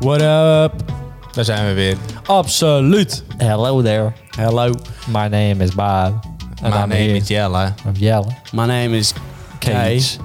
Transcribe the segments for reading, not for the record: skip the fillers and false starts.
What up? Daar zijn we weer. Absoluut. Hello there. Hello. My name is Bob. My name is Jelle. I'm Jelle. My name is Kees.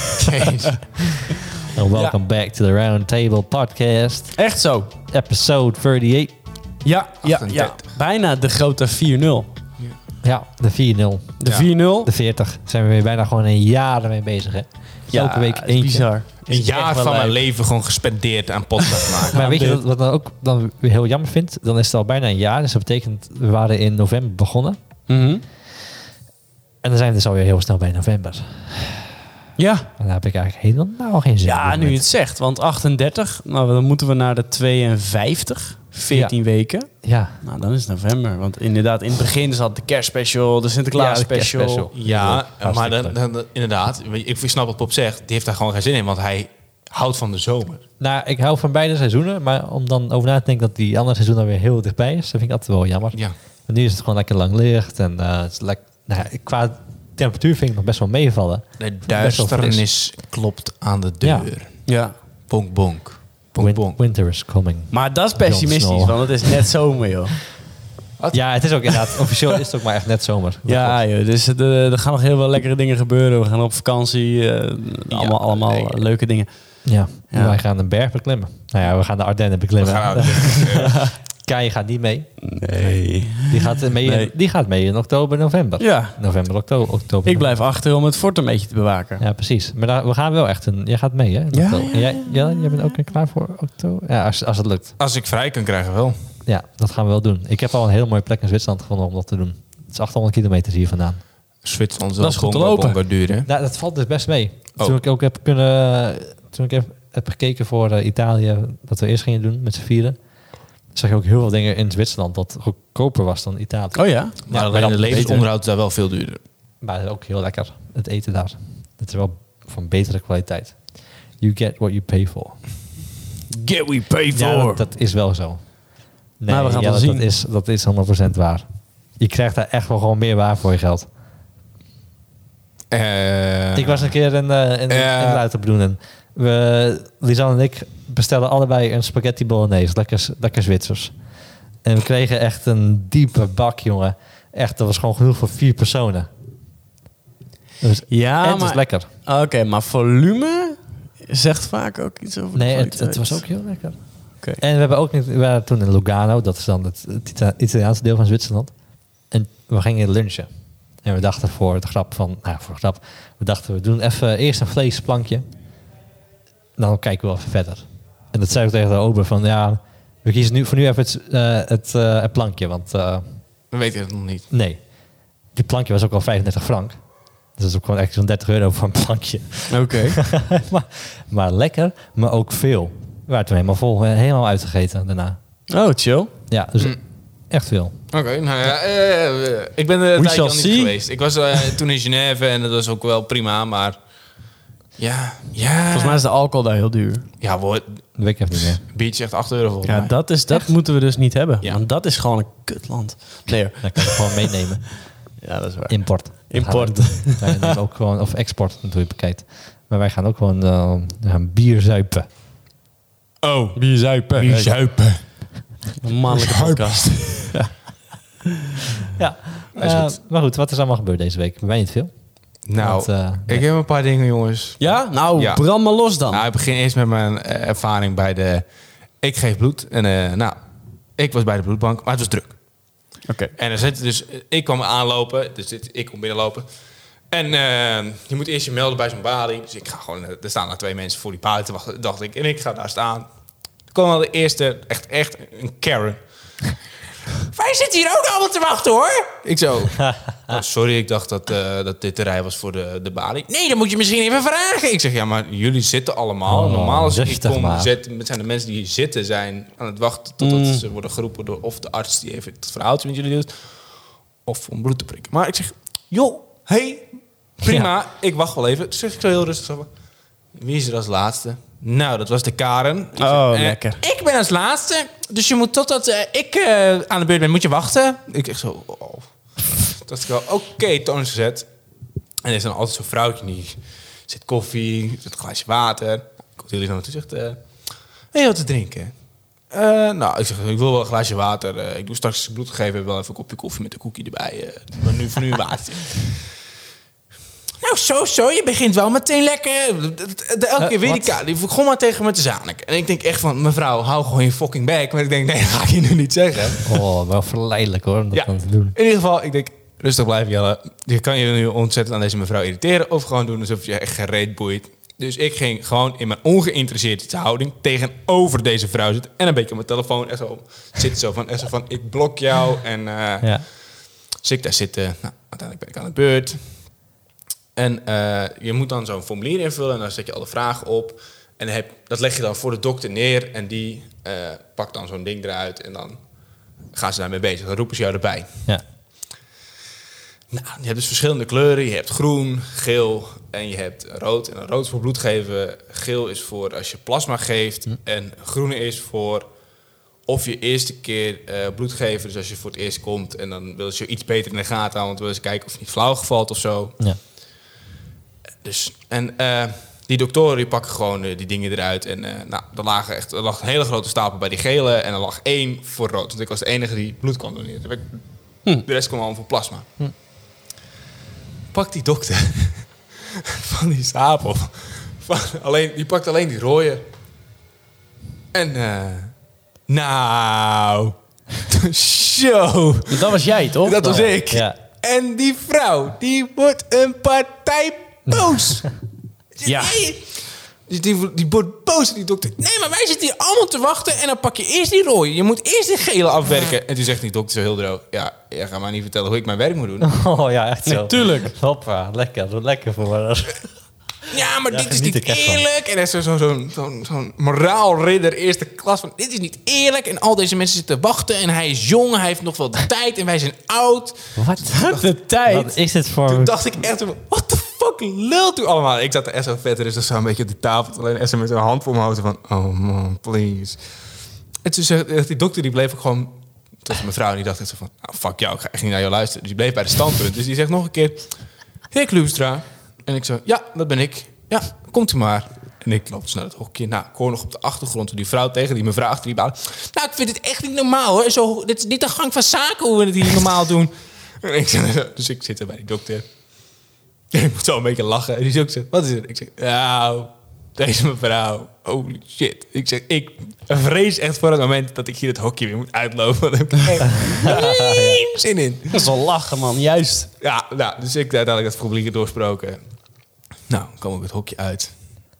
And welcome back to the Round Table Podcast. Echt zo. Episode 38. Ja. 38. Bijna de grote 4-0. Ja, de 4-0. De Ja. 4-0. De 40. Zijn we weer bijna gewoon een jaar ermee bezig, hè? Elke week het is eentje. bizar. Een jaar van mijn leven gewoon gespendeerd aan podcast maken. Maar weet je wat dan ook dan weer heel jammer vind? Dan is het al bijna een jaar. Dus dat betekent, we waren in november begonnen. Mhm. En dan zijn we dus alweer heel snel bij november. Ja. En daar heb ik eigenlijk helemaal geen zin in. Ja, nu je het zegt. Want 38, nou, dan moeten we naar de 52. 14 weken. Ja. Nou, dan is het november. Want inderdaad, in het begin zat de kerstspecial, de Sinterklaas Ja, de special. kerstspecial. Ja, maar Hartstikke dan, inderdaad. Ik snap wat Pop zegt. Die heeft daar gewoon geen zin in, want hij houdt van de zomer. Nou, ik hou van beide seizoenen. Maar om dan over na te denken dat die andere seizoen dan weer heel dichtbij is, dat vind ik altijd wel jammer. Ja. Maar nu is het gewoon lekker lang licht. En het is lekker, qua temperatuur vind ik nog best wel meevallen. De Best wel duisternis klopt aan de deur. Ja. Bonk, bonk. Bonk, bonk. Winter is coming. Maar dat is Jon pessimistisch, Snow. want het is net zomer, joh. Ja, het is ook inderdaad. Officieel is het ook maar echt net zomer. Ja, joh, dus er gaan nog heel veel lekkere dingen gebeuren. We gaan op vakantie. Allemaal nee. leuke dingen. Ja, Ja. wij gaan een berg beklimmen. Nou ja, we gaan de Ardennen We beklimmen. gaan Kai gaat niet mee. Nee. Die gaat mee in oktober, november. Ja, November, oktober. ik blijf achter om het fort een beetje te bewaken. Ja, precies. Maar we gaan wel echt jij gaat mee, hè? in Ja, oktober. ja, En jij bent ook klaar voor oktober? Ja, als het lukt. Als ik vrij kan krijgen, wel. Ja, dat gaan we wel doen. Ik heb al een heel mooie plek in Zwitserland gevonden om dat te doen. Het is 800 kilometer hier vandaan. Zwitserland Dat is goed te lopen. bongo duur, hè? Nou, dat valt dus best mee. Oh. Toen ik ook heb gekeken voor Italië, dat we eerst gingen doen met z'n vieren, zag je ook heel veel dingen in Zwitserland dat goedkoper was dan Italië. Oh ja? Maar Ja, alleen dan het beter. levensonderhoud is daar wel veel duurder. Maar het is ook heel lekker, het eten daar. Het is wel van betere kwaliteit. You get what you pay for. Get we pay for. Ja, dat is wel zo. Nee, Maar we gaan ja, het wel dat is 100% waar. Je krijgt daar echt wel gewoon meer waar voor je geld. Ik was een keer in Luitenbroen en Lisanne en ik bestellen allebei een spaghetti bolognese. Lekker Zwitsers. En we kregen echt een diepe bak, jongen. Echt, dat was gewoon genoeg voor 4 personen. Dus, Ja, en het is maar... lekker. Oké, maar volume zegt vaak ook iets over de Nee, kwaliteit. het was ook heel lekker. Oké. En we waren toen in Lugano. Dat is dan het Italiaanse deel van Zwitserland. En we gingen lunchen. En we dachten we dachten we doen even eerst een vleesplankje. Dan kijken we wel even verder. En dat zei ik tegen de ober van ja, we kiezen nu voor nu even het plankje. Want Dan weet ik het nog niet. nee, die plankje was ook al 35 frank. Dus dat is ook gewoon echt zo'n 30 euro voor een plankje. Oké. maar lekker, maar ook veel. We waren toen helemaal vol, helemaal uitgegeten daarna. Oh, chill. Ja, dus echt veel. Oké, nou ja, ik ben er een We tijdje al shall niet see. geweest. Ik was toen in Genève en dat was ook wel prima, maar ja. Volgens mij is de alcohol daar heel duur. Ja, Dat weet ik even niet meer. een biertje echt 8 euro volgens Ja, mij. dat moeten we dus niet hebben. Ja. Want dat is gewoon een kutland. Nee hoor. Dan kan je het gewoon meenemen. Ja, dat is waar. Import. Import. Wij nemen ook gewoon, of export, dat doe je bekijkt. Maar wij gaan ook gewoon gaan bier zuipen. Oh, Bier zuipen. bier zuipen. Een mannelijke podcast. Ja, Is goed. maar goed, wat is allemaal gebeurd deze week? Bij mij niet veel. Nou, Want, ik heb een paar dingen, jongens. Ja? Nou, Ja. brand maar los dan. Nou, ik begin eerst met mijn ervaring bij de... Ik geef bloed. En ik was bij de bloedbank, maar het was druk. Oké. En dan zit dus... Ik kwam aanlopen, dus ik kom binnenlopen. En je moet eerst je melden bij zo'n balie. Dus ik ga gewoon... Er staan daar 2 mensen voor die balie te wachten, dacht ik. En ik ga daar staan. Toen kwam al de eerste, echt een Karen. Wij zitten hier ook allemaal te wachten, hoor. Ik zo... Oh, sorry, ik dacht dat dit de rij was voor de balie. Nee, dan moet je misschien even vragen. Ik zeg, ja, maar jullie zitten allemaal. Oh, Normaal als ik rustig kom maar. zitten, zijn de mensen die hier zitten... zijn aan het wachten totdat ze worden geroepen door... of de arts die even het verhaaltje met jullie doet... of om bloed te prikken. Maar ik zeg, joh, hey, prima, Ja. ik wacht wel even. Toen zeg ik zo heel rustig zo... Wie is er als laatste? Nou, dat was de Karen. Ik zeg, Oh, lekker. Ik ben als laatste, dus je moet totdat ik aan de beurt ben, moet je wachten. Ik zeg zo... Oh. Dat ik wel, oké, toon is gezet. En er is dan altijd zo'n vrouwtje die zet koffie, zet een glaasje water. Komt jullie zo naartoe zegt, wil je wat te drinken? Nou, ik zeg, ik wil wel een glaasje water. Ik doe straks bloed geven, wel even een kopje koffie met een koekje erbij. Maar nu voor nu een water. Nou, zo, je begint wel meteen lekker. Elke keer weer die begon maar tegen me te zaniken. En ik denk echt van, mevrouw, hou gewoon je fucking bek. Maar ik denk, nee, dat ga ik je nu niet zeggen. Oh, wel verleidelijk hoor, om dat dan te doen. In ieder geval, ik denk, rustig blijven, Jelle. Je kan je nu ontzettend aan deze mevrouw irriteren. Of gewoon doen alsof je echt gereed boeit. Dus ik ging gewoon in mijn ongeïnteresseerde houding tegenover deze vrouw zitten. En een beetje op mijn telefoon. Echt zo van, ik blok jou. En dus ik daar zitten. Nou, uiteindelijk ben ik aan de beurt. En je moet dan zo'n formulier invullen. En dan zet je alle vragen op. En dat leg je dan voor de dokter neer. En die pakt dan zo'n ding eruit. En dan gaan ze daarmee bezig. Dan roepen ze jou erbij. Ja. Nou, je hebt dus verschillende kleuren. Je hebt groen, geel en je hebt rood. En rood is voor bloed geven. Geel is voor als je plasma geeft. En groene is voor of je eerste keer bloed geven. Dus als je voor het eerst komt en dan willen ze je iets beter in de gaten houden. Want willen ze kijken of je niet flauw valt of zo. Ja. Dus, en die doktoren die pakken gewoon die dingen eruit. En er lag een hele grote stapel bij die gele. En er lag 1 voor rood. Want ik was de enige die bloed kon doneren. De rest kwam allemaal voor plasma. Pakt die dokter van die stapel. Die pakt alleen die rode. En nou, zo. Dat was jij, toch? Dat was ik. Ja. En die vrouw, die wordt een partij boos. Ja. Dus die wordt boos, die dokter. Nee, maar wij zitten hier allemaal te wachten en dan pak je eerst die rode. Je moet eerst die gele afwerken. En toen zegt die dokter zo heel droog. Ja, jij gaat maar niet vertellen hoe ik mijn werk moet doen. Oh ja, echt zo. Natuurlijk. Hoppa, lekker voor me. Ja, maar dit is geniet niet ik echt van. eerlijk. En er is zo'n moraalridder eerste klas van... Dit is niet eerlijk. En al deze mensen zitten te wachten. En hij is jong, hij heeft nog wel de tijd. En wij zijn oud. Wat? De tijd. Wat is dit voor... Toen dacht ik echt van... What the fuck lult u allemaal? Ik zat er echt zo vet. Dus dat zo een beetje op de tafel. Alleen echt zo met zijn hand voor mijn hoofd. Van, oh man, please. En toen zegt die dokter, die bleef ook gewoon... Dat was mijn vrouw. En die dacht echt zo van... Oh, fuck jou, ik ga echt niet naar jou luisteren. Dus die bleef bij de standpunt. Dus die zegt nog een keer... Heer Kloestra. En ik zo... Ja, dat ben ik. Ja, komt u maar. En ik loop snel het hokje. Nou, ik hoor nog op de achtergrond die vrouw tegen die mevrouw achter die baan. Nou, ik vind het echt niet normaal hoor. Dit is niet de gang van zaken hoe we het hier normaal doen. En ik zeg, dus ik zit er bij die dokter. En ik moet zo een beetje lachen. En die zegt ook, wat is het? Ik zeg, nou, deze mevrouw. Holy shit. Ik zeg, ik vrees echt voor het moment dat ik hier het hokje weer moet uitlopen. Dan heb ik echt zin in. Dat is wel lachen, man. Juist. Ja, nou, dus ik uiteindelijk dat formulier doorsproken. Nou, kwam ik het hokje uit.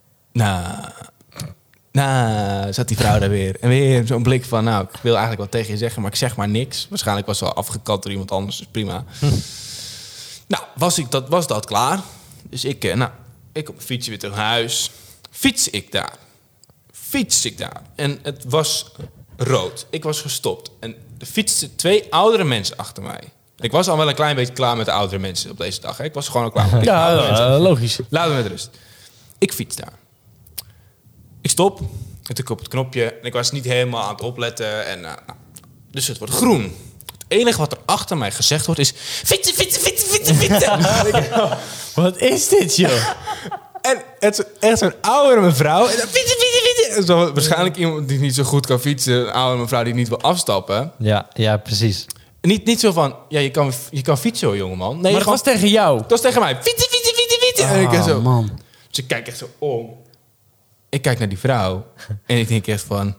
Nou, zat die vrouw daar weer. En weer zo'n blik van, nou, ik wil eigenlijk wat tegen je zeggen, maar ik zeg maar niks. Waarschijnlijk was ze wel afgekat door iemand anders, dus prima. Nou, was dat klaar. Dus ik op mijn fietsje weer terug naar huis. Fiets ik daar. En het was rood. Ik was gestopt. En er fietsten 2 oudere mensen achter mij. Ik was al wel een klein beetje klaar met de oudere mensen op deze dag. Hè? Ik was gewoon al klaar met de oudere mensen. Logisch. Laat me met rust. Ik fiets daar. Ik stop. En toen op het knopje. En ik was niet helemaal aan het opletten. En, dus het wordt groen. Het enige wat er achter mij gezegd wordt is... Fietsen. Wat is dit, joh? En het is echt zo'n oudere mevrouw. En dan fietsen. Zo, waarschijnlijk iemand die niet zo goed kan fietsen. Een oudere mevrouw die niet wil afstappen. Ja, precies. Niet zo van... Ja, je kan fietsen hoor, jongeman. Nee, Maar dat was tegen jou. Dat was tegen mij. Fietsen. En ik zo... Man. Dus ik kijk echt zo om. Ik kijk naar die vrouw. En ik denk echt van...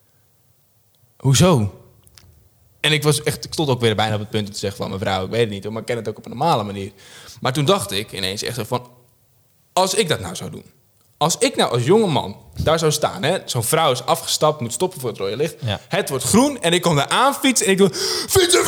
Hoezo? En ik stond ook weer bijna op het punt om te zeggen van... Mevrouw, ik weet het niet, hoor, maar ik ken het ook op een normale manier. Maar toen dacht ik ineens echt zo van... Als ik dat nou zou doen. Als ik nou als jonge man daar zou staan... hè, zo'n vrouw is afgestapt, moet stoppen voor het rode licht. Ja. Het wordt groen en ik kom daar aan fietsen... en ik doe... Fietsen!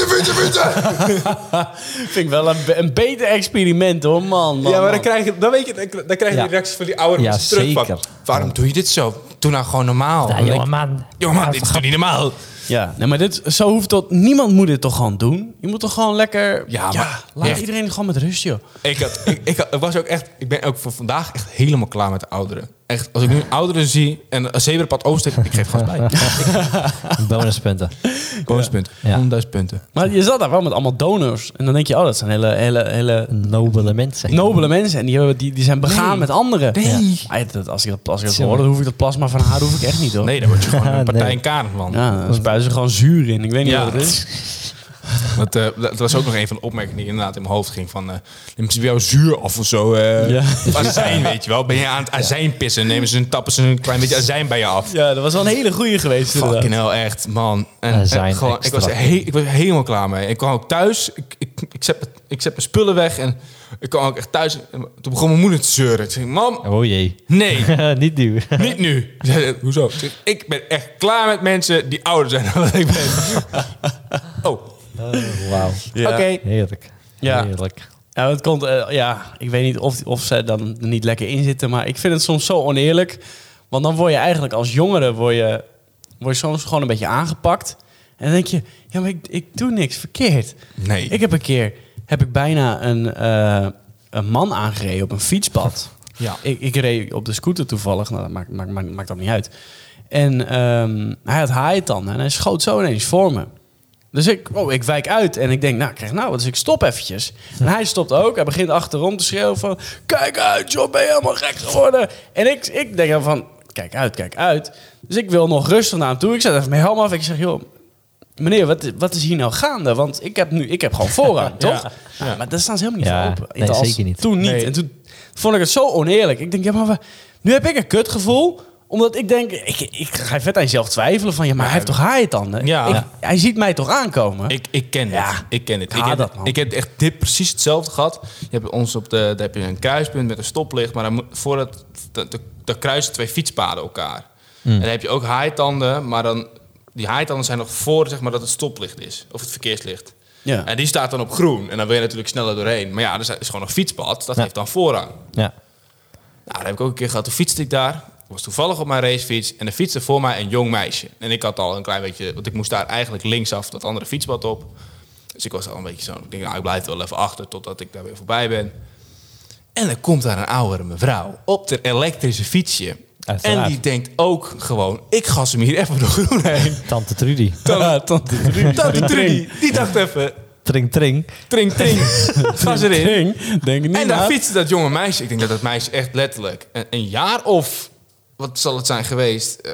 Vind ik wel een beter experiment, hoor, man. Ja, maar dan krijg je die reacties van die oude mensen terug. Zeker. Van, waarom doe je dit zo? Doe nou gewoon normaal. Ja, jongeman, dit is toch niet normaal? Ja, nee, maar zo hoeft dat... Niemand moet dit toch gewoon doen? Je moet toch gewoon lekker... Laat iedereen gewoon met rust, joh. Ik was ook echt... Ik ben ook voor vandaag echt helemaal klaar met de ouderen. Echt, als ik nu ouderen zie en een zebrapad oversteekt, ik geef gas bij. Bonuspunten. Bonuspunten. Ja. 100.000 punten. Maar je zat daar wel met allemaal donors. En dan denk je, dat zijn hele Nobele mensen. nobele mensen. En die zijn begaan met anderen. Nee. Ja, als ik dat hoor, dan hoef ik dat plasma van haar hoef ik echt niet, hoor. Nee, daar word je gewoon een partij Nee. in kaart van. Ja, dan spuiten ze gewoon zuur in. Ik weet niet Ja. wat het is. Dat was ook nog een van de opmerkingen die inderdaad in mijn hoofd ging. Van, nemen ze bij jou zuur af of zo? Ja. Of azijn, weet je wel. Ben je aan het azijn pissen? Tappen ze een klein beetje azijn bij je af. Ja, dat was wel een hele goeie geweest. inderdaad. Fucking hell, echt, man. En Azijn gewoon, ik was helemaal klaar mee. Ik kwam ook thuis. Ik zet mijn spullen weg. En ik kwam ook echt thuis. En toen begon mijn moeder te zeuren. Ik zei, mam, Oh jee. nee. Niet nu. Niet nu. Ik zei, hoezo? Ik zeg, ik ben echt klaar met mensen die ouder zijn dan wat ik ben. Oh, Wauw. Ja. oké. Heerlijk. Ja. Heerlijk. Ja, het komt, ik weet niet of ze dan er niet lekker in zitten, maar ik vind het soms zo oneerlijk. Want dan word je eigenlijk als jongere word je soms gewoon een beetje aangepakt. En dan denk je, ja, maar ik doe niks verkeerd. Nee. Ik heb een keer bijna een man aangereden op een fietspad. Ja. Ik reed op de scooter toevallig, nou, dat maakt dat niet uit. En hij had haaitanden en hij schoot zo ineens voor me. Dus ik wijk uit en ik denk, dus ik stop eventjes. En hij stopt ook. Hij begint achterom te schreeuwen van, kijk uit, joh, ben je helemaal gek geworden? En ik denk dan van, kijk uit. Dus ik wil nog rustig naar hem toe. Ik zet even mijn helm af. Ik zeg, joh, meneer, wat is hier nou gaande? Want ik heb gewoon voorrang, toch? Ja. Nou, maar daar staan ze helemaal niet Ja, voor open. nee, Als- zeker niet. Toen niet. Nee. En toen vond ik het zo oneerlijk. Ik denk, ja, maar nu heb ik een kutgevoel. Omdat ik denk, ik ga vet aan jezelf twijfelen van, ja, maar hij heeft toch haaientanden? Ja. Hij ziet mij toch aankomen? Ik ken dit. Ja. Ik ken dit. Ja, dat, man. Ik heb echt dit precies hetzelfde gehad. Je hebt ons daar heb je een kruispunt met een stoplicht, maar dan kruisen 2 fietspaden elkaar. En dan heb je ook haaitanden, maar dan die haaitanden zijn nog voor, zeg maar, dat het stoplicht is of het verkeerslicht. Ja. En die staat dan op groen en dan wil je natuurlijk sneller doorheen. Maar ja, er is gewoon een fietspad, dat Ja. heeft dan voorrang. Ja. Nou, dat heb ik ook een keer gehad. Toen fietste ik daar. Ik was toevallig op mijn racefiets. En er fietste voor mij een jong meisje. En ik had al een klein beetje... Want ik moest daar eigenlijk linksaf dat andere fietspad op. Dus ik was al een beetje zo... Ik denk, ik blijf er wel even achter totdat ik daar weer voorbij ben. En dan komt daar een oudere mevrouw op haar elektrische fietsje. Uiteraard. En die denkt ook gewoon... Ik gas hem hier even door groen heen. Tante Trudy. Tante Trudy, die dacht even... Tring, tring. Tring, tring. Gas erin. Denk ik niet En daar na. fietste dat jonge meisje. Ik denk dat dat meisje echt letterlijk een jaar of... Wat zal het zijn geweest?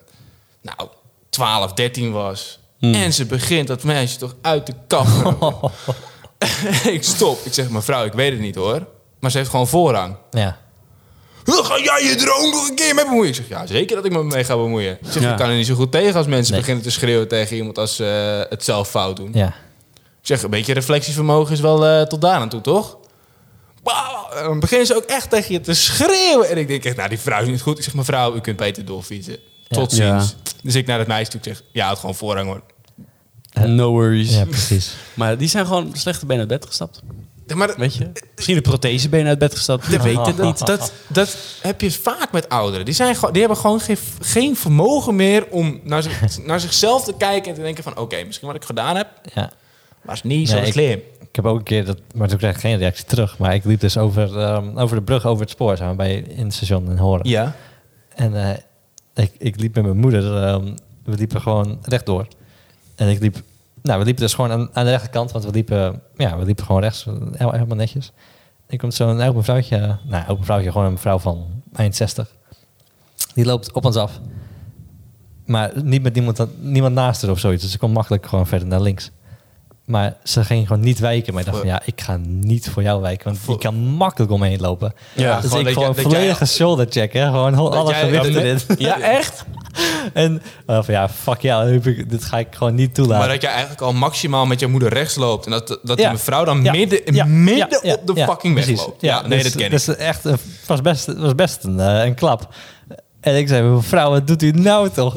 12, 13 was. En ze begint dat meisje toch uit de kaf. Ik stop. Ik zeg, mevrouw, ik weet het niet hoor. Maar ze heeft gewoon voorrang. Ja. Ga jij je er ook nog een keer mee bemoeien? Ik zeg, ja, zeker dat ik me mee ga bemoeien. Ik zeg, Ja. ik kan er niet zo goed tegen als mensen Nee. beginnen te schreeuwen tegen iemand als ze het zelf fout doen. Ja. Ik zeg, een beetje reflectievermogen is wel tot daar aan toe, toch? En dan beginnen ze ook echt tegen je te schreeuwen. En ik denk echt, die vrouw is niet goed. Ik zeg, mevrouw, u kunt beter doorfietsen. Tot Ja. ziens. Dus ik naar het meisje toe. Ik zeg, ja, het gewoon voorrang hoor. No worries. Ja, precies. Maar die zijn gewoon slechte benen uit bed gestapt. Ja, maar Weet je? Misschien de prothesebenen uit bed gestapt. Je weet het niet. dat heb je vaak met ouderen. Die hebben gewoon geen vermogen meer om naar zichzelf te kijken en te denken van... Oké, misschien wat ik gedaan heb, Ja. was niet zo Nee, slim. Ik heb ook een keer, maar toen kreeg ik geen reactie terug. Maar ik liep dus over de brug over het spoor, zeg maar, in het station in Horen. Ja. En ik liep met mijn moeder, we liepen gewoon rechtdoor. En we liepen dus gewoon aan de rechterkant, want we liepen gewoon rechts, helemaal netjes. En komt zo'n oud mevrouwtje, gewoon een mevrouw van eind 60. Die loopt op ons af. Maar niet met niemand naast haar of zoiets. Dus ze kon makkelijk gewoon verder naar links. Maar ze ging gewoon niet wijken. Maar ik dacht van, ik ga niet voor jou wijken. Want die kan makkelijk omheen lopen. Ja, dus gewoon ik dat gewoon jij- dat volledige shoulder check. Hè? Gewoon alle jij- gewicht ja, erin. Ja, echt? En fuck ja, dit ga ik gewoon niet toelaten. Maar dat je eigenlijk al maximaal met je moeder rechts loopt. En dat die Ja. mevrouw dan Ja. midden Ja. op de fucking weg precies. loopt. Ja, nee, dat ken ik. Dus echt, was best een klap. En ik zei, mevrouw, wat doet u nou toch?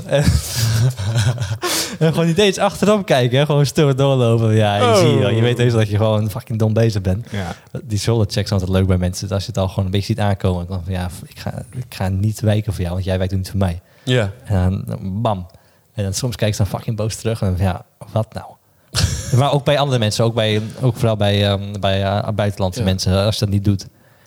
En gewoon niet eens achterom kijken, hè? Gewoon stil doorlopen. Ja, je weet eens dat je gewoon fucking dom bezig bent. Ja. Die shoulder checks zijn altijd leuk bij mensen. Als je het al gewoon een beetje ziet aankomen, dan van ik ga niet wijken voor jou, want jij wijkt ook niet voor mij. Ja. En dan bam. En dan soms kijk ik dan fucking boos terug en dan wat nou? Maar ook bij andere mensen, ook vooral bij buitenlandse mensen, als je dat niet doet.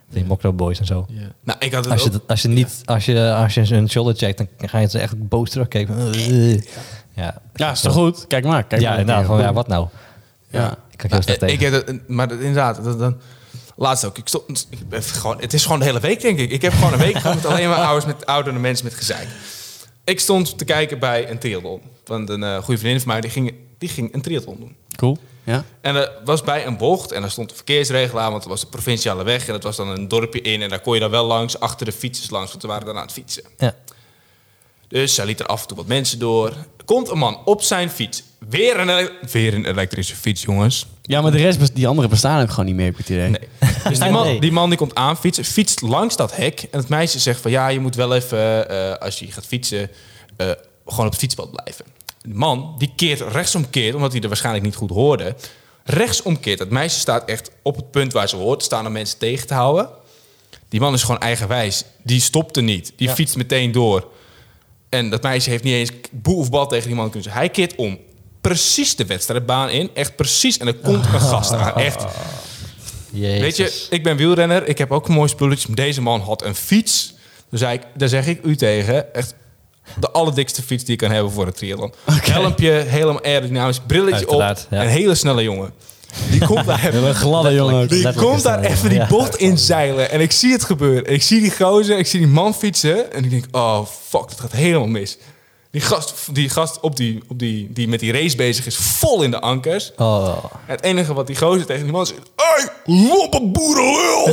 Die Mokro Boys en zo. Ja. Nou, ik had het Als je een shoulder checkt, dan ga je ze echt boos terugkijken. Ja, is toch goed? Kijk maar. Wat nou? Ja. Ik kan heel slecht tegen. Ik heb het, maar inderdaad, dan laatst ook. Het is gewoon de hele week, denk ik. Ik heb gewoon een week gehad met alleen maar oudere mensen met gezeik. Ik stond te kijken bij een triathlon. Want een goede vriendin van mij, die ging een triathlon doen. Cool. Ja. En er was bij een bocht en daar stond een verkeersregelaar, want het was de provinciale weg en dat was dan een dorpje in en daar kon je dan wel langs, achter de fietsers langs, want we waren dan aan het fietsen. Ja. Dus zij liet er af en toe wat mensen door. Komt een man op zijn fiets. Weer een elektrische fiets, jongens. Ja, maar de rest, die anderen bestaan ook gewoon niet meer, heb ik het idee. Nee. Dus die man die komt aanfietsen, fietst langs dat hek. En het meisje zegt van ja, je moet wel even, als je gaat fietsen, gewoon op het fietspad blijven. De man, die keert rechtsomkeert, omdat hij er waarschijnlijk niet goed hoorde. Rechtsomkeert. Het meisje staat echt op het punt waar ze hoort. Staan er mensen tegen te houden. Die man is gewoon eigenwijs. Die stopte niet. Die fietst meteen door. En dat meisje heeft niet eens boel of bal tegen die man kunnen zeggen. Hij keert om. Precies de wedstrijdbaan in. Echt precies. En er komt een gast aan. Echt. Jezus. Weet je, ik ben wielrenner. Ik heb ook een mooi spulletje. Deze man had een fiets. Daar zeg ik u tegen. Echt de allerdikste fiets die ik kan hebben voor een triathlon. Helmpje, helemaal aerodynamisch. Brilletje op. Ja. Een hele snelle jongen. Die komt daar Een gladde jongen. Die komt daar even die bocht inzeilen. En ik zie het gebeuren. Ik zie die gozer, ik zie die man fietsen. En ik denk, oh fuck, dat gaat helemaal mis. Die gast die met die race bezig is, vol in de ankers. Oh. En het enige wat die gozer tegen die man zegt... Hey, loppe boerenlul!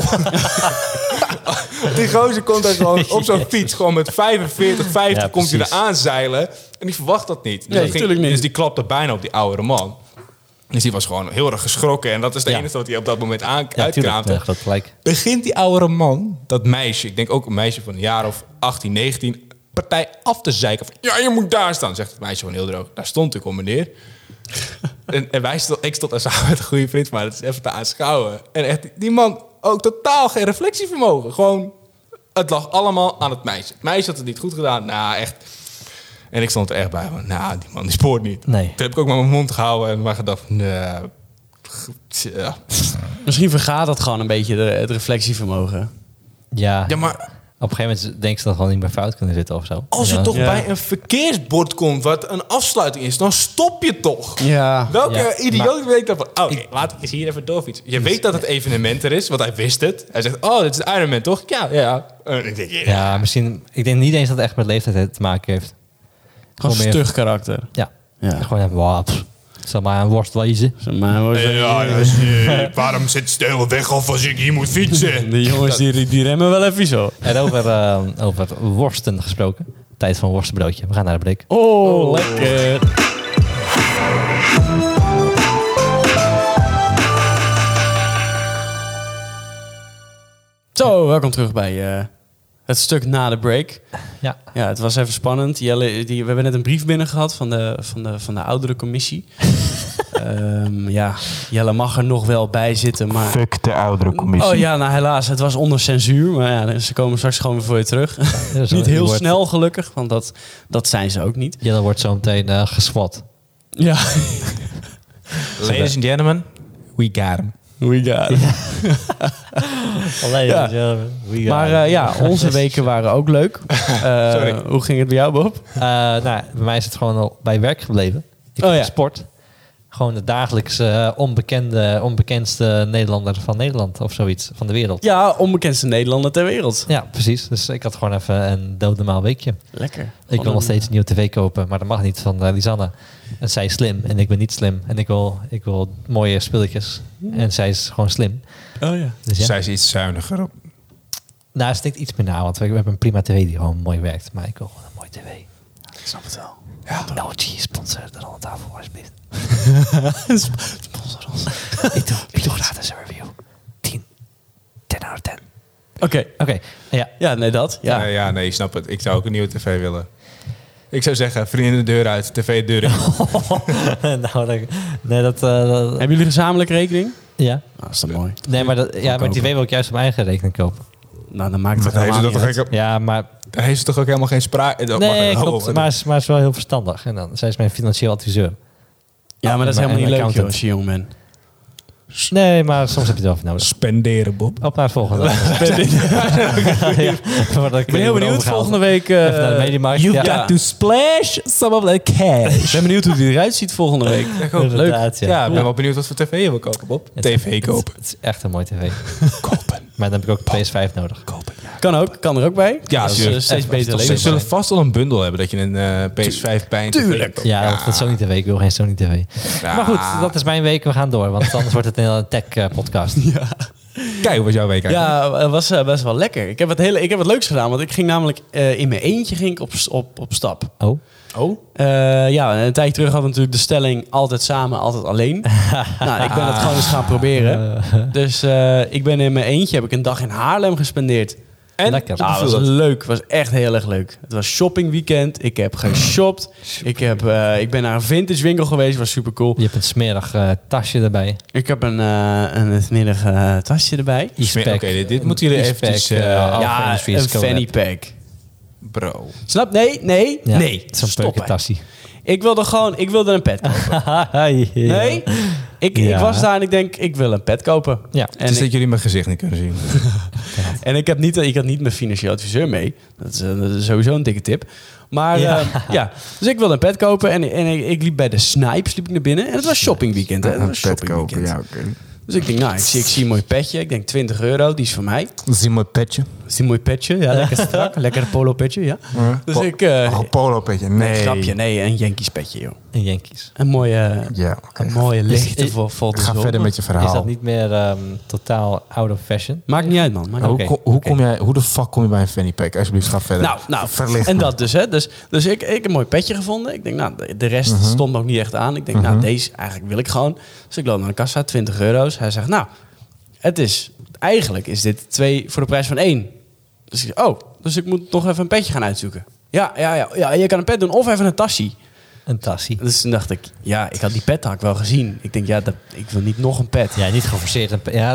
Die gozer komt daar gewoon op zo'n fiets... gewoon met 45, 50 Ja, komt hij er precies. aanzeilen. En die verwacht dat niet. Dus, Nee, tuurlijk niet. Dus die klapte bijna op die oudere man. Dus die was gewoon heel erg geschrokken. En dat is het Ja. enige wat hij op dat moment Ja, tuurlijk. uitkraamte. Ja, dat gelijk. Begint die oudere man, dat meisje... ik denk ook een meisje van een jaar of 18, 19... partij af te zeiken. Van, ja, je moet daar staan. Zegt het meisje gewoon heel droog. Daar stond ik om, meneer. en ik stond daar samen met een goede vriend, maar dat is even te aanschouwen. En echt, die man ook totaal geen reflectievermogen. Gewoon, het lag allemaal aan het meisje. Het meisje had het niet goed gedaan. Nou, echt. En ik stond er echt bij. Van, nou, die man die spoort niet. Nee. Toen heb ik ook maar mijn mond gehouden en maar gedacht, nee. Ja. Misschien vergaat dat gewoon een beetje het reflectievermogen. Ja. Ja, maar Op een gegeven moment denk ze dat gewoon niet meer fout kunnen zitten of zo. als je Ja. toch Ja. bij een verkeersbord komt wat een afsluiting is, dan stop je toch. Ja. Welke Ja, idioot weet dat van... Oké, laat ik eens hier even doorfietsen. Je weet dat het evenement er is, want hij wist het. Hij zegt, oh, dit is het Ironman, toch? Ja. En ik denk, Ja, misschien... Ik denk niet eens dat het echt met leeftijd te maken heeft. Gewoon meer- stug karakter. Ja. Ja. Gewoon even, wow, zal maar een worst wezen. waarom zit de hele weg af als ik hier moet fietsen? De jongens die remmen wel even zo. En over worsten gesproken. Tijd voor een worstenbroodje. We gaan naar de break. Oh, lekker. Zo, welkom terug bij het stuk na de break. Ja. Ja, het was even spannend. Jelle, we hebben net een brief binnen gehad van de oudere commissie. Ja, Jelle mag er nog wel bij zitten, maar... Fuck de oudere commissie. Oh ja, nou helaas, het was onder censuur. Maar ja, ze komen straks gewoon weer voor je terug. Dus Niet heel wordt- snel gelukkig, want dat zijn ze ook niet. Jelle wordt zo meteen geswat. Ja, Ladies and gentlemen, we got him. we got it. Alleen, Ja. Maar ja, onze weken waren ook leuk. Sorry. Hoe ging het bij jou, Bob? nou, bij mij is het gewoon al bij werk gebleven. Ik Oh heb ja. gesport. Gewoon de dagelijkse onbekendste Nederlander van Nederland of zoiets, van de wereld. Ja, onbekendste Nederlander ter wereld. Ja, precies. Dus ik had gewoon even een doodnormaal weekje. Lekker. Ik wil nog steeds een nieuwe tv kopen, maar dat mag niet van Lisanne. En zij is slim en ik ben niet slim. En ik wil mooie spulletjes. En zij is gewoon slim. Oh ja. Dus ja. Zij is iets zuiniger op. Nou, het stikt iets meer na, want we hebben een prima tv die gewoon mooi werkt. Maar ik wil gewoon een mooie tv. Ik snap het wel. Ja. LG sponsor er al aan tafel, alsjeblieft. Sponsor ons. Ik doe gratis een review. 10 out of 10. Oké. Ja. Ja, nee, dat. Ja. Ja, nee, ik snap het. Ik zou ook een nieuwe tv willen. Ik zou zeggen, vrienden de deur uit, tv de deur in. dat... Hebben jullie gezamenlijk rekening? ja. Nou, dat is dan mooi. Nee, maar mijn tv wil ik juist op mijn eigen rekening kopen. Nou, dan maakt het Maar daar heeft ze helemaal dat niet toch uit. Ja, maar... Daar heeft ze toch ook helemaal geen sprake... Nee, klopt. Maar het is wel heel verstandig. En dan, zij is mijn financieel adviseur. Ja, maar dat is En helemaal niet mijn leuk, joh, accountant. als je jong bent. Nee, maar soms heb je het wel even nodig. Spenderen, Bob. Op naar het volgende. Ik ben heel benieuwd volgende week. Even naar de Mediamarkt. You Ja. got to splash some of that cash. Ik ben benieuwd hoe die eruit ziet volgende week. Inderdaad, Ja, ik ben wel benieuwd wat voor tv je wil kopen, Bob. TV kopen. Het is echt een mooi tv. Kopen. Maar dan heb ik ook PS5 nodig. Kopen, ja. Kan er ook bij. Ja, dat is tuurlijk. steeds beter Ze leven. zullen vast al een bundel hebben dat je een PS5 bij een TV Tuurlijk. koopt. Ja, dat is Sony TV. Ik wil geen Sony TV. Ja. Maar goed, dat is mijn week. We gaan door, want anders wordt het een hele tech-podcast. Kijk, hoe was jouw week eigenlijk? Ja, het was best wel lekker. Ik heb wat leuks gedaan, want ik ging namelijk in mijn eentje op stap. Oh, Oh? Een tijdje terug hadden we natuurlijk de stelling altijd samen, altijd alleen. Nou, ik ben het gewoon eens gaan proberen. Dus ik ben in mijn eentje, heb ik een dag in Haarlem gespendeerd. En? lekker. Nou, het was leuk. Het was echt heel erg leuk. Het was shoppingweekend. Ik heb geshopt. Ik ben naar een vintage winkel geweest. Was super cool. Je hebt een smerig tasje erbij. Ik heb een smerig tasje erbij. Oké, dit moeten jullie eventjes... Ja, Industries een collab. fanny pack. bro. Snap? Nee. Ja, Stop, zo'n hè. peukentassie. Ik wilde een pet kopen. Nee? Ik Ja. was daar en ik denk, ik wil een pet kopen. Ja. En Dus ik, dat jullie mijn gezicht niet kunnen zien. en ik had niet mijn financieel adviseur mee. Dat is sowieso een dikke tip. Maar dus ik wilde een pet kopen en ik liep bij de Snipes liep ik naar binnen. En het was shoppingweekend. Hè? Het was shoppingweekend. oké. Dus ik denk, ik zie een mooi petje. Ik denk €20, die is voor mij. Dat is een mooi petje. Dat is een mooi petje, ja, lekker strak. Lekker polo petje, ja. Dus ik... polo petje, nee. Grapje, nee, een Yankees petje, joh. En Yankees. Een mooie, Ja, oké. een mooie lichte vol de Ga zon. verder met je verhaal. Is dat niet meer totaal out of fashion? Maakt niet uit, man. Maakt niet uit. Oké. Hoe de fuck kom je bij een fanny pack? Alsjeblieft, ga verder. Nou, Verlicht en me. dat dus, hè. Dus ik een mooi petje gevonden. Ik denk, de rest stond nog niet echt aan. Ik denk, deze eigenlijk wil ik gewoon. Dus ik loop naar de kassa, €20. Hij zegt, eigenlijk is dit 2 voor de prijs van 1. Dus ik zeg, dus ik moet nog even een petje gaan uitzoeken. Ja, je kan een pet doen of even een tassie. Een tassie. Dus toen dacht ik, ik had die pet had ik wel gezien. Ik denk, ik wil niet nog een pet. Ja, niet geforceerd.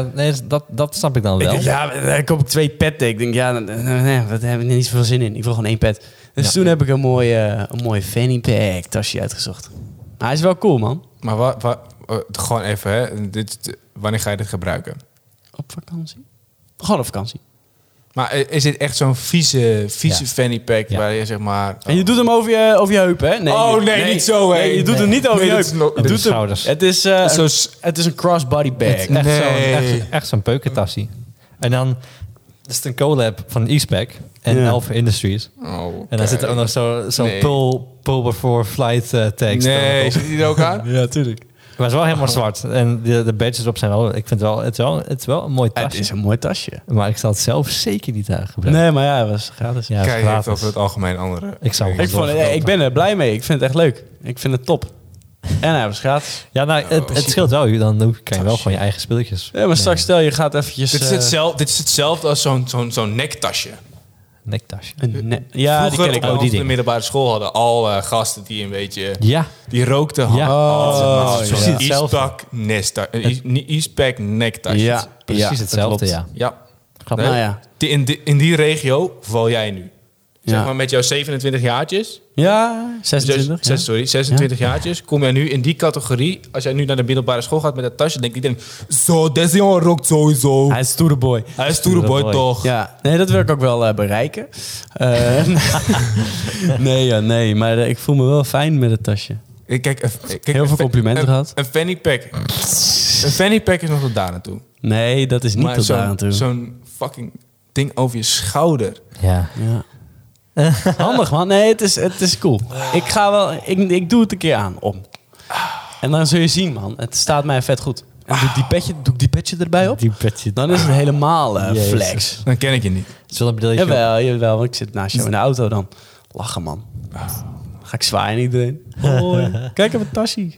Dat snap ik dan wel. Ik denk, dan koop ik 2 petten. Ik denk, nee, daar heb ik niet zoveel zin in. Ik wil gewoon 1 pet. Dus Ja. toen heb ik een mooie fanny pack tasje uitgezocht. Maar hij is wel cool, man. Maar gewoon even, hè. Wanneer ga je dit gebruiken? Op vakantie? Gewoon op vakantie. Maar is dit echt zo'n vieze Ja. fanny pack Ja. waar je zeg maar... En je doet hem over je heup, hè? niet zo, hè. Nee, je doet hem niet over je heup. dat is nog- Je de doet hem- schouders. Het is, het is een crossbody bag. Het is echt Nee. echt zo'n peukentassie. En dan is het een collab van E-Spec en Ja. Alpha Industries. En dan zit er ook nog zo'n Nee. pull before flight tekst. Nee, zit die er ook aan? Ja, tuurlijk. Maar het is wel helemaal zwart. En de badges erop zijn wel... Ik vind het is wel een mooi Het tasje. is een mooi tasje. Maar ik zal het zelf zeker niet gebruiken. Nee, maar het was gratis. Ja, het is Kijk, heeft gratis. over het algemeen andere. Ik zou Ik ben er blij mee. Ik vind het echt leuk. Ik vind het top. En hij was gratis. Ja, nou, het scheelt wel. Dan kan je wel gewoon je eigen spulletjes. Ja, maar straks stel je gaat eventjes... Dit is hetzelfde als zo'n nektasje. Nektasje. Ja, die ken ik ook. ook. die Op de ding. middelbare school hadden al gasten die een beetje... Ja. Die rookten. Ja. Precies Zo'n E-Spec nektasje. Ja, Precies ja, hetzelfde, dat ja. Ja. Grappig. Nou ja. In die regio val jij nu. Zeg Ja. maar met jouw 27 jaartjes. Ja, 26. ja. 26 jaartjes. Kom jij nu in die categorie. Als jij nu naar de middelbare school gaat met dat tasje, denkt iedereen... Zo, deze jongen rookt sowieso. Hij is stoere boy. Hij is stoere boy, boy. toch? Ja, nee, dat wil ik ook wel bereiken. Nee, maar ik voel me wel fijn met het tasje. Kijk, Heel veel complimenten gehad. Een fanny pack. Een fanny pack is nog tot daar naartoe. Nee, dat is niet Maar tot daar aan toe. zo'n fucking ding over je schouder. Ja. Ja. Handig, man. Nee, het is cool. Ik doe het een keer aan, En dan zul je zien, man. Het staat mij vet goed. En doe ik die petje erbij op? Die petje. Dan is het helemaal Jezus. flex. Dan ken ik je niet. Het is wel een brilletje. Jawel, want ik zit naast jou in de auto dan. Lachen, man. Ga ik zwaaien aan iedereen. Hoi. Kijk op het tasje.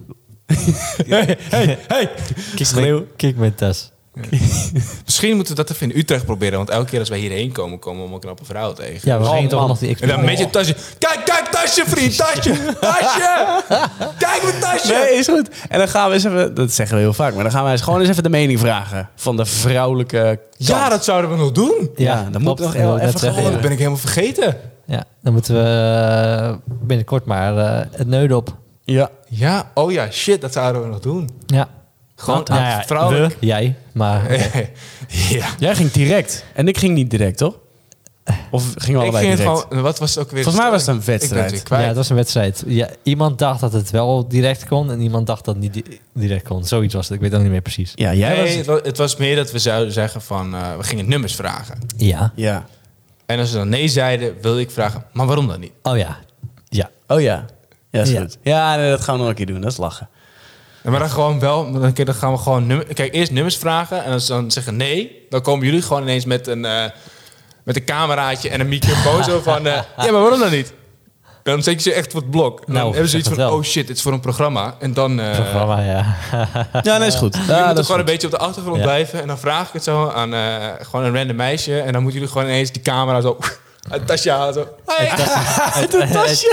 Hey. Kijk mijn tas. Misschien moeten we dat even in Utrecht proberen. Want elke keer als wij hierheen komen, komen we een knappe vrouw tegen. Ja, we gingen toch man. nog die En dan met je tasje. Kijk, tasje, vriend, tasje. Tasje. Kijk mijn tasje. Nee, is goed. En dan gaan we eens even... Dat zeggen we heel vaak. Maar dan gaan we eens gewoon eens even de mening vragen. Van de vrouwelijke kant. Ja, dat zouden we nog doen. Ja, dan moet nog ik wou even net zeggen, Oh, gewoon- dat ben ik helemaal vergeten. Ja, dan moeten we binnenkort maar het neuden op. Ja. Ja, oh ja, shit, dat zouden we nog doen. Ja. Gewoon Nou, aan vrouwelijk. jij, maar... Ja. Jij ging direct. En ik ging niet direct, toch? Of gingen we Ik allebei ging direct? gewoon... Wat was het ook weer? Volgens mij was het een Ik ben het wedstrijd. weer kwijt. Ja, het was een wedstrijd. Ja, iemand dacht dat het wel direct kon en iemand dacht dat het niet direct kon. Zoiets was het. Ik weet ook niet meer precies. Ja, jij Nee, was... het was meer dat we zouden zeggen van... we gingen nummers vragen. Ja. Ja. En als ze dan nee zeiden, wilde ik vragen... Maar waarom dan niet? Oh ja. Ja. Oh ja. Ja, is Ja. goed. Ja, nee, dat gaan we nog een keer doen. Dat is lachen. Ja, maar dan gewoon wel... Dan gaan we gewoon eerst nummers vragen. En als ze dan zeggen nee... Dan komen jullie gewoon ineens met een cameraatje en een microfoon. Zo van... ja, maar waarom dan niet? Dan zet je ze echt voor het blok. En dan Nou, hebben ze iets zeg van... het wel. Oh shit, dit is voor een programma. En dan... Programma, ja. Ja, nee, is goed. Je Ja, moet dat er is gewoon goed. een beetje op de achtergrond Ja. blijven. En dan vraag ik het zo aan gewoon een random meisje. En dan moeten jullie gewoon ineens die camera zo... uit het tasje halen. Zo. Hey, Het tasje.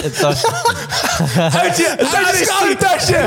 Daar is die tasje!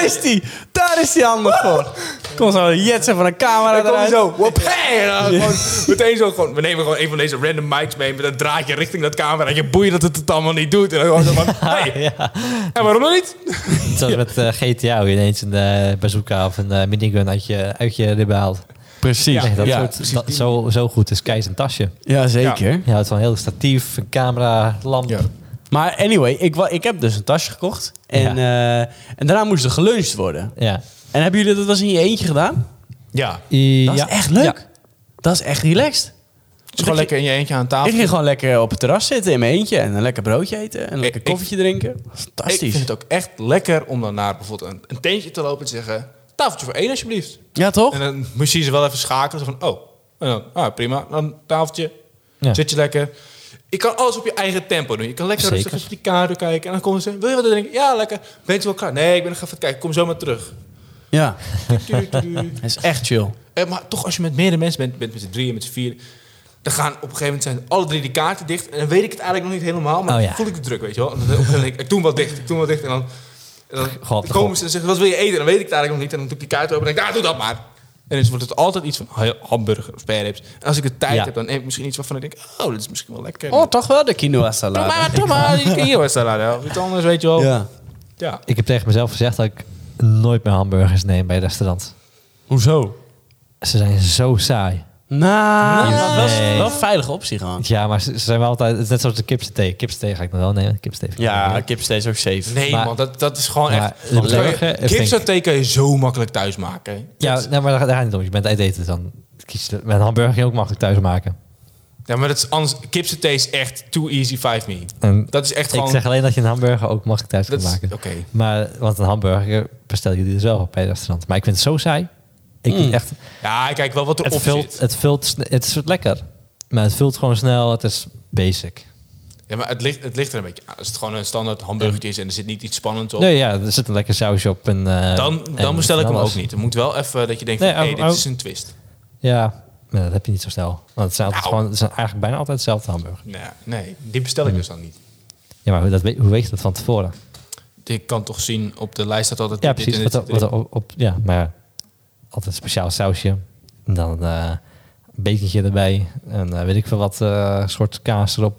Daar is die handig voor. Kom zo jetsen van een camera dan kom je eruit. zo... Whoop, hey, en dan gewoon meteen zo gewoon... We nemen gewoon een van deze random mics mee... met een draadje richting dat camera. En je boeien dat het het allemaal niet doet. En dan gewoon zo van... Hey, Ja. en waarom dan niet? Zoals met GTA, hoe je ineens een bazooka of een minigun uit je ribben haalt. Precies. Nee, dat ja. soort, zo goed is Kees een tasje. Ja, zeker. Je houdt van een heel statief, een camera, lamp. Ja. Maar anyway, ik heb dus een tasje gekocht. En, en daarna moest er geluncht worden. Ja. En hebben jullie dat wel eens in je eentje gedaan? Ja. Dat is echt leuk. Ja. Dat is echt relaxed. Het is gewoon lekker in je eentje aan tafel. Ik ging gewoon lekker op het terras zitten in mijn eentje. En een lekker broodje eten. En een lekker Ik- koffietje drinken. Ik Fantastisch. vind het ook echt lekker om dan naar bijvoorbeeld een tentje te lopen en te zeggen... Tafeltje voor 1 alsjeblieft. Ja, toch? En dan moest je ze wel even schakelen. Zo van, oh, en dan, prima. Dan tafeltje, Ja. zit je lekker. Je kan alles op je eigen tempo doen. Je kan lekker Zeker. rustig even die kaart kijken. En dan komen ze, wil je wat drinken? Ja, lekker. Ben je wel klaar? Nee, ik ben nog even aan het kijken. Kom zo maar terug. Ja. Het is echt chill. Maar toch, als je met meerdere mensen bent met z'n 3 met z'n 4... Dan gaan op een gegeven moment zijn alle 3 die kaarten dicht. En dan weet ik het eigenlijk nog niet helemaal. Maar Oh, ja. dan voel ik de druk, weet je wel. En dan op een gegeven moment, ik doe hem wat dicht. En dan Gewoon op de komen ze en zeggen, wat wil je eten? En dan weet ik het eigenlijk nog niet. En dan doe ik die kaart open en denk ik, doe dat maar. En dan wordt het altijd iets van hamburger of spareribs. En als ik de tijd Ja. heb, dan heb ik misschien iets waarvan ik denk... Oh, dit is misschien wel lekker. Oh, toch wel de quinoa salade. Doe maar, die quinoa salade. Of iets anders, weet je wel. Ja. Ja. Ik heb tegen mezelf gezegd dat ik nooit meer hamburgers neem bij restaurants. Hoezo? Ze zijn zo saai. Nou, dat is Nee. wel een veilige optie gewoon. Ja, maar ze zijn wel altijd... Het is net zoals de kipsaté. Kipsaté ga ik nog wel nemen. Kipsaté vind ik wel Ja, leuk. kipsteak is ook safe. Nee, Maar- man, dat is gewoon maar echt... de Dat kan je- burger vind ik- Kipsaté kan je zo makkelijk thuis maken. Ja, nee, maar daar gaat het niet om. Je bent uit eten, dan kies je... Met een hamburger kun je ook makkelijk thuis maken. Ja, maar dat is anders. Kipsaté is echt too easy 5 me. En Dat is echt ik gewoon... zeg alleen dat je een hamburger ook makkelijk thuis dat kan is- maken. Oké. Maar, want een hamburger bestel je die dus wel op bij het restaurant. Maar ik vind het zo saai. Ik vind echt... Ja, kijk wel wat erop zit. Het is lekker. Maar het vult gewoon snel. Het is basic. Ja, maar het ligt er een beetje aan. Als het gewoon een standaard hamburgertje is en er zit niet iets spannends op... Nee, ja, er zit een lekker sausje op. En, dan bestel ik hem alles. ook niet. Er moet wel even dat je denkt, Nee, van, oh, dit oh. is een twist. Ja, maar dat heb je niet zo snel. Want het zijn, altijd Nou. gewoon, het zijn eigenlijk bijna altijd hetzelfde hamburger. Nee, die bestel ik dus dan niet. Ja, maar hoe weet je dat van tevoren? Ik kan toch zien, op de lijst staat altijd... Ja, dit precies. en dit Wat, zit erin. ja, maar altijd een speciaal sausje. En dan een bekentje erbij. En weet ik veel wat soort kaas erop.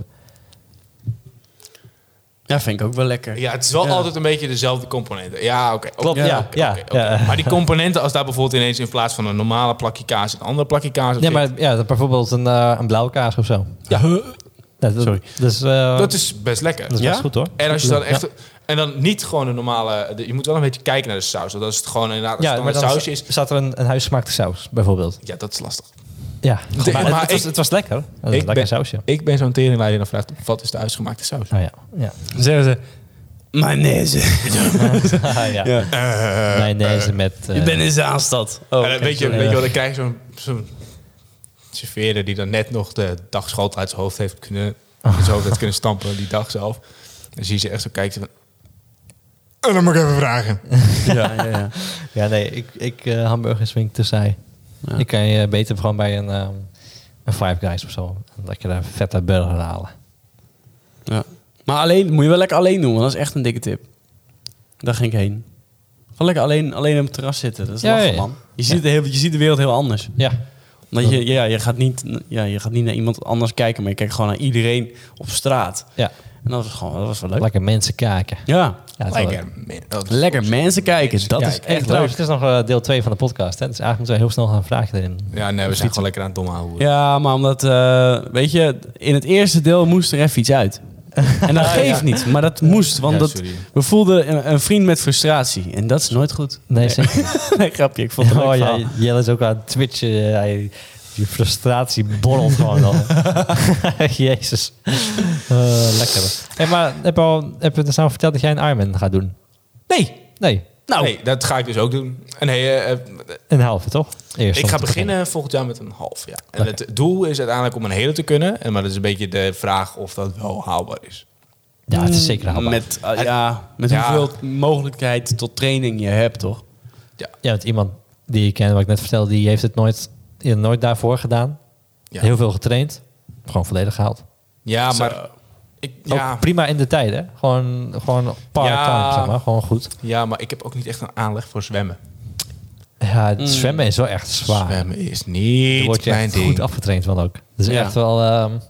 Ja, vind ik ook wel lekker. Ja, het is wel Ja. altijd een beetje dezelfde componenten. Ja, oké. Klopt, Oké, ja, oké, ja, oké, oké. ja. Maar die componenten, als daar bijvoorbeeld ineens in plaats van een normale plakje kaas... een andere plakje kaas op Ja, zit, maar ja, bijvoorbeeld een blauwe kaas of zo. Ja. Ja, Sorry. Dus, dat is best lekker. dat is Ja? best goed hoor. En als je dan echt... Ja. En dan niet gewoon een normale... Je moet wel een beetje kijken naar de saus. Want als het gewoon inderdaad een Ja, maar standaard dan sausje is... staat er een huisgemaakte saus, bijvoorbeeld. Ja, dat is lastig. Ja, maar, maar het was lekker. Het was een Ik lekker ben- sausje. Ik ben zo'n teringleider en dan vraagt... Wat is de huisgemaakte saus? Oh ja. Ja. Dan zeggen ze, mayonaise. ja. Ja. Mayonaise met... Je bent in Zaanstad. Oh, En dan oké, weet je sorry. wel, dan krijg je zo'n serveerder die dan net nog de dagschotel uit zijn hoofd heeft kunnen... uit zijn hoofd heeft kunnen stampen die dag zelf. Dan zie je ze echt zo kijken van... En dan moet ik even vragen. Ja. Ja, nee, hamburgers vind ik te saai. Ja. Ik kan je beter gewoon bij een Five Guys of zo. Een lekkere vette burger halen. Ja. Maar alleen, moet je wel lekker alleen doen, want dat is echt een dikke tip. Daar ging ik heen. Gewoon lekker alleen op het terras zitten. Dat is Ja, lachen, ja. man. Je ziet de wereld heel anders. Ja. Want je gaat niet naar iemand anders kijken, maar je kijkt gewoon naar iedereen op straat. Ja. En dat was wel leuk. Lekker mensen kijken. Ja, Ja, het is wel- lekker mensen kijken. Dat is Kijk, echt trouwens, leuk. het is nog deel 2 van de podcast. Hè? Dus eigenlijk moeten we heel snel gaan een vraagje erin. Ja, nee, we zijn gewoon lekker aan het domme houden. Ja, maar omdat, weet je, in het eerste deel moest er even iets uit. En dat geeft niet, maar dat moest. Want Ja, dat, sorry. we voelden een vriend met frustratie. En dat is nooit goed. Nee, zeker niet. Nee, grapje. Ik vond het een leuk verhaal. Jelle is ook aan het twitchen. Die frustratie borrelt gewoon dan. Jezus. Lekker. Hey, maar heb je dus nou verteld dat jij een Ironman gaat doen? Nee. Nee. Nou, Nee, dat ga ik dus ook doen. En nee, Een halve, toch? Eerst ik om ga te beginnen volgend jaar met een half. Ja. En Oké. het doel is uiteindelijk om een hele te kunnen. Maar dat is een beetje de vraag of dat wel haalbaar is. Ja, het is zeker haalbaar. Met Ja. hoeveel mogelijkheid tot training je hebt, toch? Ja, want iemand die ik ken, wat ik net vertelde, die heeft het nooit daarvoor gedaan. Ja. Heel veel getraind. Gewoon volledig gehaald. Ja, Zo. maar... Ook prima in de tijd, hè? Gewoon part-time, Ja. zeg maar. Gewoon goed. Ja, maar ik heb ook niet echt een aanleg voor zwemmen. Ja, het zwemmen is wel echt zwaar. Zwemmen is Daar niet word je mijn echt ding. goed afgetraind van ook. Dus Ja. echt wel...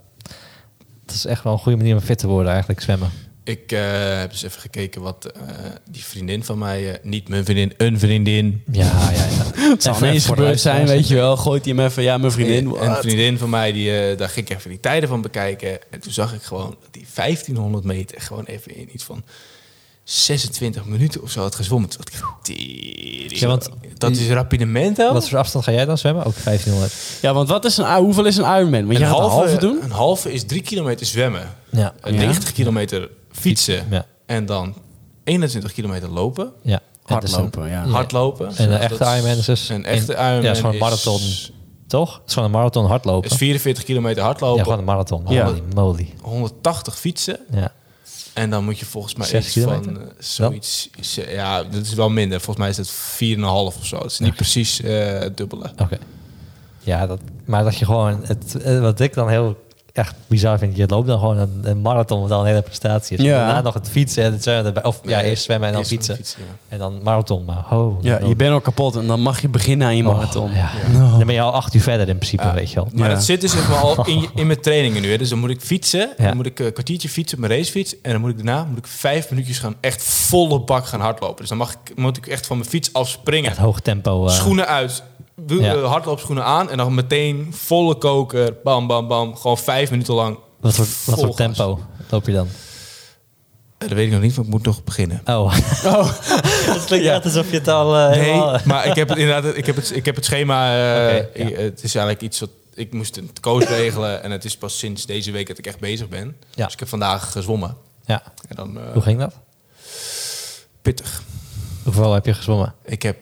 het is echt wel een goede manier om fit te worden eigenlijk, zwemmen. Ik heb dus even gekeken wat die vriendin van mij... niet mijn vriendin, een vriendin... Ja. Het zal ineens gebeurd zijn, weet je wel. Gooit hij hem even, ja, mijn vriendin. Een what? vriendin van mij, daar ging ik even die tijden van bekijken. En toen zag ik gewoon dat die 1500 meter gewoon even in iets van 26 minuten of zo had gezwommen. Toen dacht ik, tering. Ja, want dat is rapidemento. Wat voor afstand ga jij dan zwemmen? Ook 1500. Ja, want hoeveel is een Ironman? Want je gaat een halve doen? Een halve is 3 kilometer zwemmen. Ja. 90 kilometer fietsen. Ja. En dan 21 kilometer lopen. Ja. En dus Hardlopen, ja. Ja. Hardlopen. En een Dat echte is- Ironman is dus... Een echte Ironman Ja, is gewoon een marathon. Toch? Het is gewoon een marathon hardlopen. Is 44 kilometer hardlopen. Ja, gewoon een marathon. Ja. Holy moly. 180 fietsen. Ja. En dan moet je volgens mij 6 iets kilometer? van zoiets... Ja, dat is wel minder. Volgens mij is het 4,5 of zo. Het is niet precies het dubbele. Oké. Ja, maar dat je gewoon... wat ik dan heel echt bizar vind, je loopt dan gewoon een marathon wat dan een hele prestatie is. Ja. En daarna nog het fietsen en het zwemmen erbij. Of ja, Nee, eerst zwemmen en dan eerst fietsen. ja. En dan marathon. Maar Ja, je bent al kapot en dan mag je beginnen aan je marathon. Ja. No. Dan ben je al 8 uur verder in principe, Ja. weet je wel. Maar Ja. dat zit dus zeg maar al in mijn trainingen nu. Hè. Dus dan moet ik fietsen. Ja. Dan moet ik een kwartiertje fietsen op mijn racefiets. En dan moet ik daarna 5 minuutjes gaan echt volle bak gaan hardlopen. Dus dan moet ik echt van mijn fiets afspringen. Echt hoog tempo. Schoenen uit. Ja. Hardloopschoenen aan. En dan meteen volle koker. Bam, bam, bam. Gewoon 5 minuten lang. Wat voor vol gas. tempo loop je dan? Dat weet ik nog niet, want ik moet nog beginnen. Oh. Het klinkt echt alsof je het al Nee, maar ik heb het inderdaad. Ik heb het schema. Oké, ja. Het is eigenlijk iets wat ik moest een coach regelen. En het is pas sinds deze week dat ik echt bezig ben. Ja. Dus ik heb vandaag gezwommen. Ja. En dan Hoe ging dat? pittig. Hoeveel heb je gezwommen? Ik heb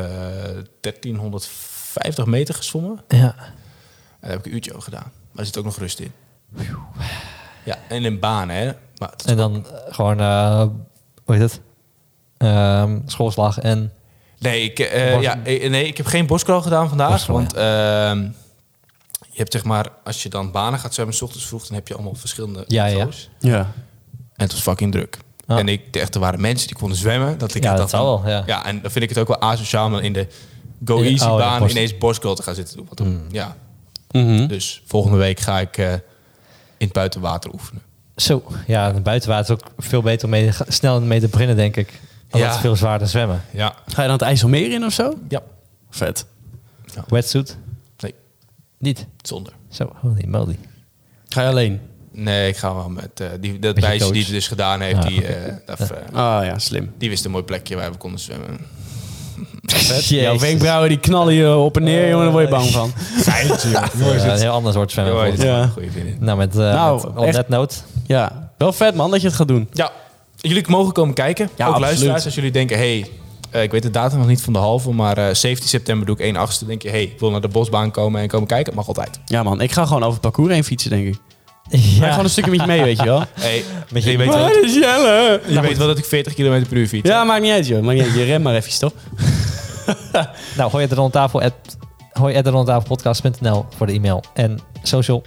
1350 meter gezwommen. Ja. En daar heb ik een uurtje over gedaan. Maar er zit ook nog rust in. Ja, en in banen, hè. Maar het is En dan gewoon, hoe heet het? Schoolslag en... Nee, ik heb geen borstcrawl gedaan vandaag. Borstcrawl, Want je hebt zeg maar, als je dan banen gaat zwemmen 's ochtends vroeg, dan heb je allemaal verschillende Ja. niveaus. Ja. En het was fucking druk. Ah. En er waren mensen die konden zwemmen. Dat ik Ja, dacht dat zou van- wel, ja. Ja, en dan vind ik het ook wel asociaal om in de Go Ja, Easy oh, ja, baan borst- ineens borstcrawl te gaan zitten doen. Want dan, ja. Mhm. Dus volgende week ga ik in het buitenwater oefenen. Zo, ja, de buitenwater is ook veel beter om snel mee te beginnen, denk ik. Want Ja. het is veel zwaarder zwemmen. Ja. Ga je dan het IJsselmeer in of zo? Ja. Vet. Wetsuit? Nee, Niet. zonder. Zo, holy moly. Ga je alleen? Nee, ik ga wel met dat je meisje coach. die het dus gedaan heeft. Ah ja, slim. Die wist een mooi plekje waar we konden zwemmen. Jouw wenkbrauwen die knallen je op en neer, jongen, daar word je bang van. Een heel ander soort zwemmen. Ja, volgens dit is mij. wel Ja. een goede vriendin. Nou, met op echt- that note. Ja, wel vet man dat je het gaat doen. Ja, jullie mogen komen kijken. Ja, ook absoluut. luisteraars, als jullie denken... hey, ik weet de datum nog niet van de halve... maar 17 september doe ik 1/8. Denk je, hey, ik wil naar de bosbaan komen en komen kijken? Mag altijd. Ja man, ik ga gewoon over het parcours heen fietsen, denk ik. Ja. Ga gewoon een stukje met je mee, weet je wel. Hey, Met je- je weet Waar wel, is Jelle? je weet wel dat ik 40 km per uur fiets. Ja, maakt niet uit joh. Maakt niet uit. Je rem maar even, toch? Nou, gooi het er rond tafel. Gooi het er rond tafel podcast.nl voor de e-mail. En social.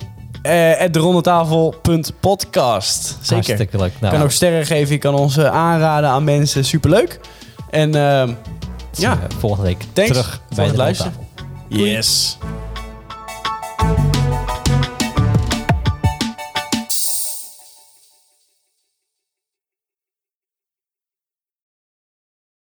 @derondetafel.podcast. Zeker. Hartstikke leuk. Je Nou, kan ook sterren geven, je kan ons aanraden aan mensen. Superleuk. En ja, volgende week thanks terug voor bij het de luisteren. rondtafel. Yes.